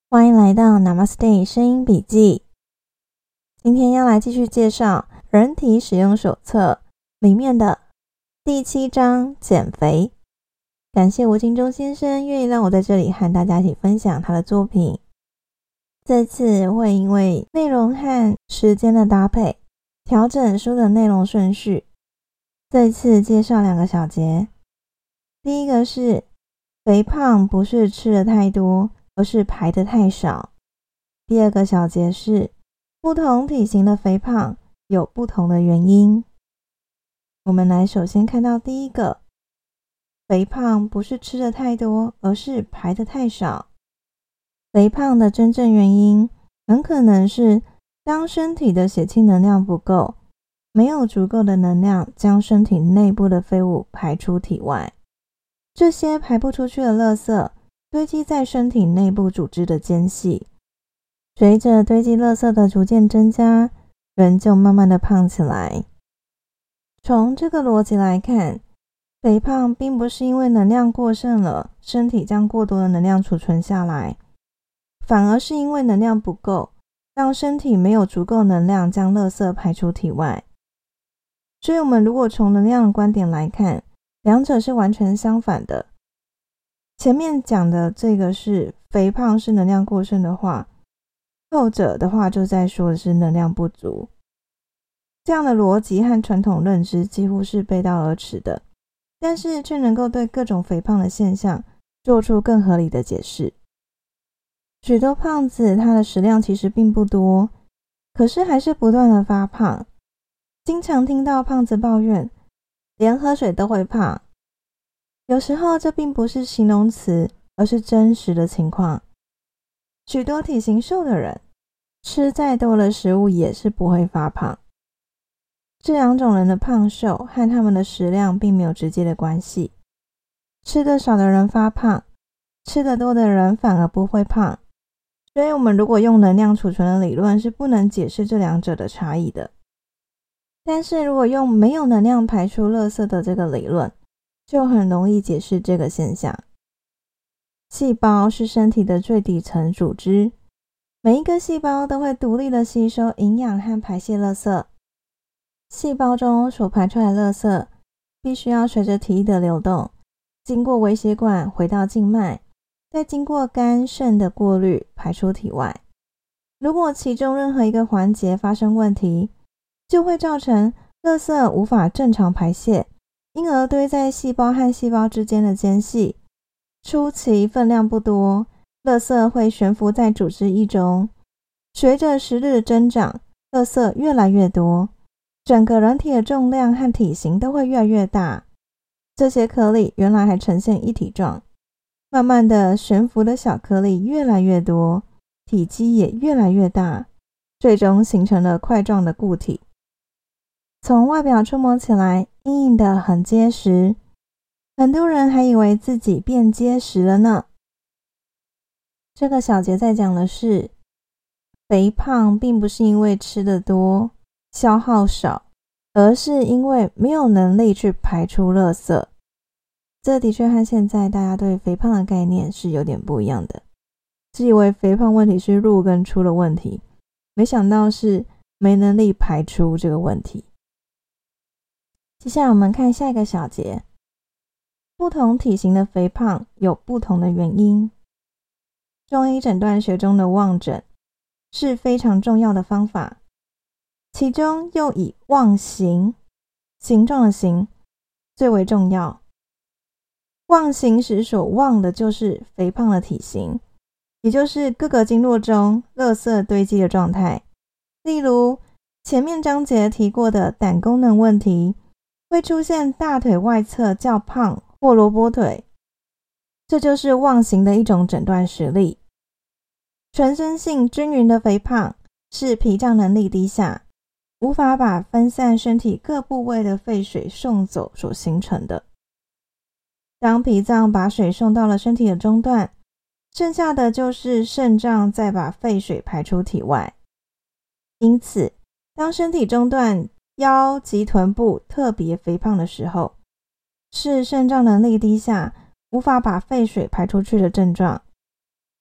欢迎来到 Namaste 声音笔记。今天要来继续介绍人体使用手册里面的第7章减肥。感谢吴金忠先生愿意让我在这里和大家一起分享他的作品。这次会因为内容和时间的搭配调整书的内容顺序。这次介绍2个小节。第一个是肥胖不是吃的太多，而是排的太少。第2个小节是不同体型的肥胖有不同的原因。我们来首先看到第一个，肥胖不是吃的太多，而是排的太少。肥胖的真正原因很可能是当身体的血清能量不够，没有足够的能量将身体内部的废物排出体外。这些排不出去的垃圾堆积在身体内部组织的间隙，随着堆积垃圾的逐渐增加，人就慢慢的胖起来。从这个逻辑来看，肥胖并不是因为能量过剩了，身体将过多的能量储存下来，反而是因为能量不够，让身体没有足够能量将垃圾排出体外。所以我们如果从能量的观点来看，两者是完全相反的。前面讲的这个是肥胖是能量过剩的话，后者的话就在说的是能量不足。这样的逻辑和传统认知几乎是背道而驰的，但是却能够对各种肥胖的现象做出更合理的解释。许多胖子他的食量其实并不多，可是还是不断的发胖。经常听到胖子抱怨连喝水都会胖，有时候这并不是形容词，而是真实的情况。许多体型瘦的人吃再多的食物也是不会发胖。这2种人的胖瘦和他们的食量并没有直接的关系。吃得少的人发胖，吃得多的人反而不会胖。所以我们如果用能量储存的理论是不能解释这2者的差异的。但是如果用没有能量排出垃圾的这个理论，就很容易解释这个现象。细胞是身体的最底层组织，每一个细胞都会独立的吸收营养和排泄垃圾。细胞中所排出来的垃圾必须要随着体液的流动，经过微血管回到静脉，再经过肝肾的过滤排出体外。如果其中任何一个环节发生问题，就会造成垃圾无法正常排泄，因而堆在细胞和细胞之间的间隙。初期分量不多，垃圾会悬浮在组织液中，随着时日的增长，垃圾越来越多，整个人体的重量和体型都会越来越大。这些颗粒原来还呈现一体状，慢慢的悬浮的小颗粒越来越多，体积也越来越大，最终形成了块状的固体。从外表触摸起来硬硬的，很结实，很多人还以为自己变结实了呢。这个小节在讲的是，肥胖并不是因为吃得多、消耗少，而是因为没有能力去排出垃圾。这的确和现在大家对肥胖的概念是有点不一样的，只以为肥胖问题是入跟出的问题，没想到是没能力排出这个问题。接下来我们看下一个小节，不同体型的肥胖有不同的原因。中医诊断学中的望诊是非常重要的方法，其中又以望形，形状的形最为重要。望形时所望的就是肥胖的体型，也就是各个经络中垃圾堆积的状态。例如前面章节提过的胆功能问题，会出现大腿外侧较胖或萝卜腿，这就是望形的一种诊断实例。全身性均匀的肥胖是脾脏能力低下，无法把分散身体各部位的废水送走所形成的。当脾脏把水送到了身体的中段，剩下的就是肾脏再把废水排出体外。因此当身体中段腰及臀部特别肥胖的时候，是肾脏能力低下，无法把废水排出去的症状。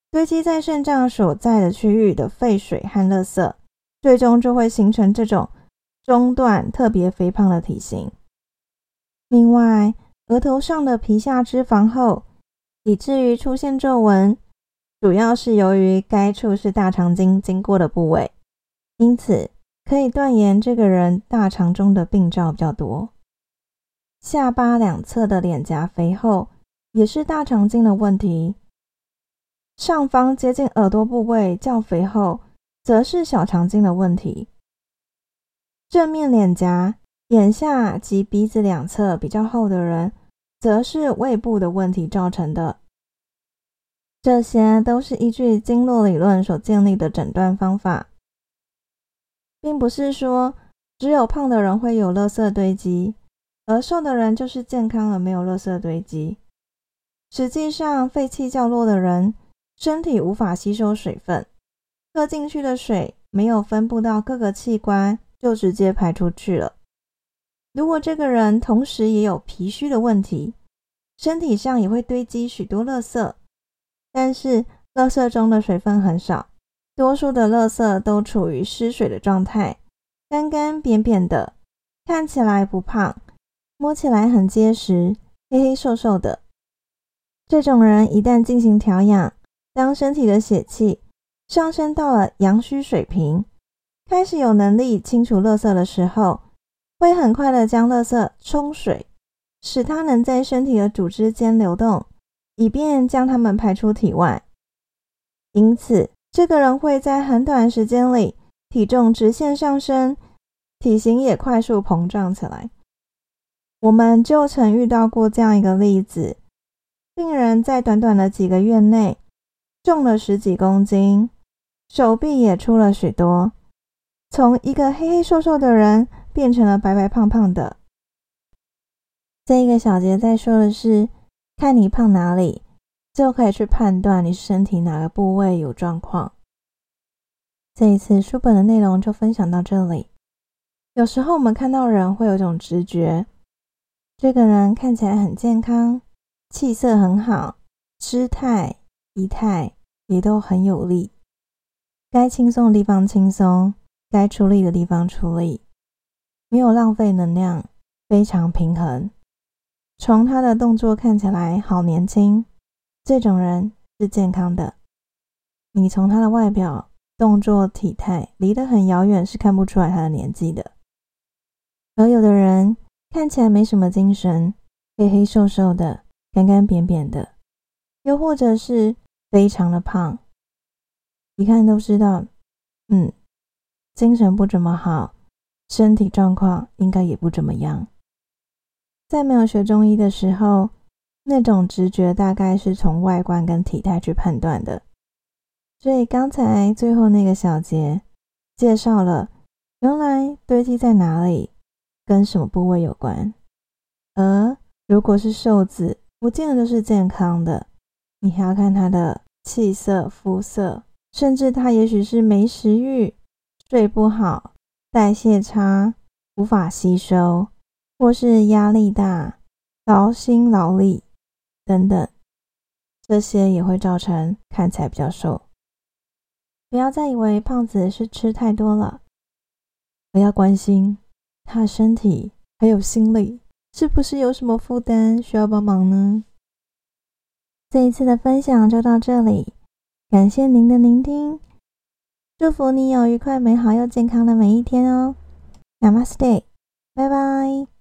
堆积在肾脏所在的区域的废水和垃圾，最终就会形成这种中段特别肥胖的体型。另外，额头上的皮下脂肪厚，以至于出现皱纹，主要是由于该处是大肠经经过的部位，因此可以断言这个人大肠中的病灶比较多。下巴两侧的脸颊肥厚，也是大肠经的问题。上方接近耳朵部位较肥厚，则是小肠经的问题。正面脸颊、眼下及鼻子两侧比较厚的人，则是胃部的问题造成的。这些都是依据经络理论所建立的诊断方法，并不是说只有胖的人会有垃圾堆积，而瘦的人就是健康而没有垃圾堆积。实际上，废气较弱的人，身体无法吸收水分，喝进去的水没有分布到各个器官，就直接排出去了。如果这个人同时也有脾虚的问题，身体上也会堆积许多垃圾，但是垃圾中的水分很少，多数的垃圾都处于失水的状态，干干扁扁的，看起来不胖，摸起来很结实，黑黑瘦瘦的。这种人一旦进行调养，当身体的血气上升到了阳虚水平，开始有能力清除垃圾的时候，会很快的将垃圾冲水，使它能在身体的组织间流动，以便将它们排出体外。因此，这个人会在很短时间里体重直线上升，体型也快速膨胀起来。我们就曾遇到过这样一个例子，病人在短短的几个月内重了10几公斤，手臂也出了许多，从一个黑黑瘦瘦的人变成了白白胖胖的。这一个小节在说的是，看你胖哪里，就可以去判断你身体哪个部位有状况。这一次书本的内容就分享到这里。有时候我们看到人会有一种直觉，这个人看起来很健康，气色很好，姿态、仪态也都很有力，该轻松的地方轻松，该出力的地方出力，没有浪费能量，非常平衡。从他的动作看起来好年轻，这种人是健康的。你从他的外表、动作、体态离得很遥远，是看不出来他的年纪的。而有的人看起来没什么精神，黑黑瘦瘦的，干干扁扁的，又或者是非常的胖，一看都知道精神不怎么好，身体状况应该也不怎么样。在没有学中医的时候，那种直觉大概是从外观跟体态去判断的。所以刚才最后那个小节介绍了原来堆积在哪里跟什么部位有关，而如果是瘦子不见得就是健康的，你还要看他的气色、肤色，甚至他也许是没食欲、睡不好、代谢差、无法吸收，或是压力大、劳心劳力等等，这些也会造成看起来比较瘦。不要再以为胖子是吃太多了，而要关心他的身体还有心理是不是有什么负担需要帮忙呢？这一次的分享就到这里，感谢您的聆听，祝福你有愉快、美好又健康的每一天哦。Namaste， 拜拜。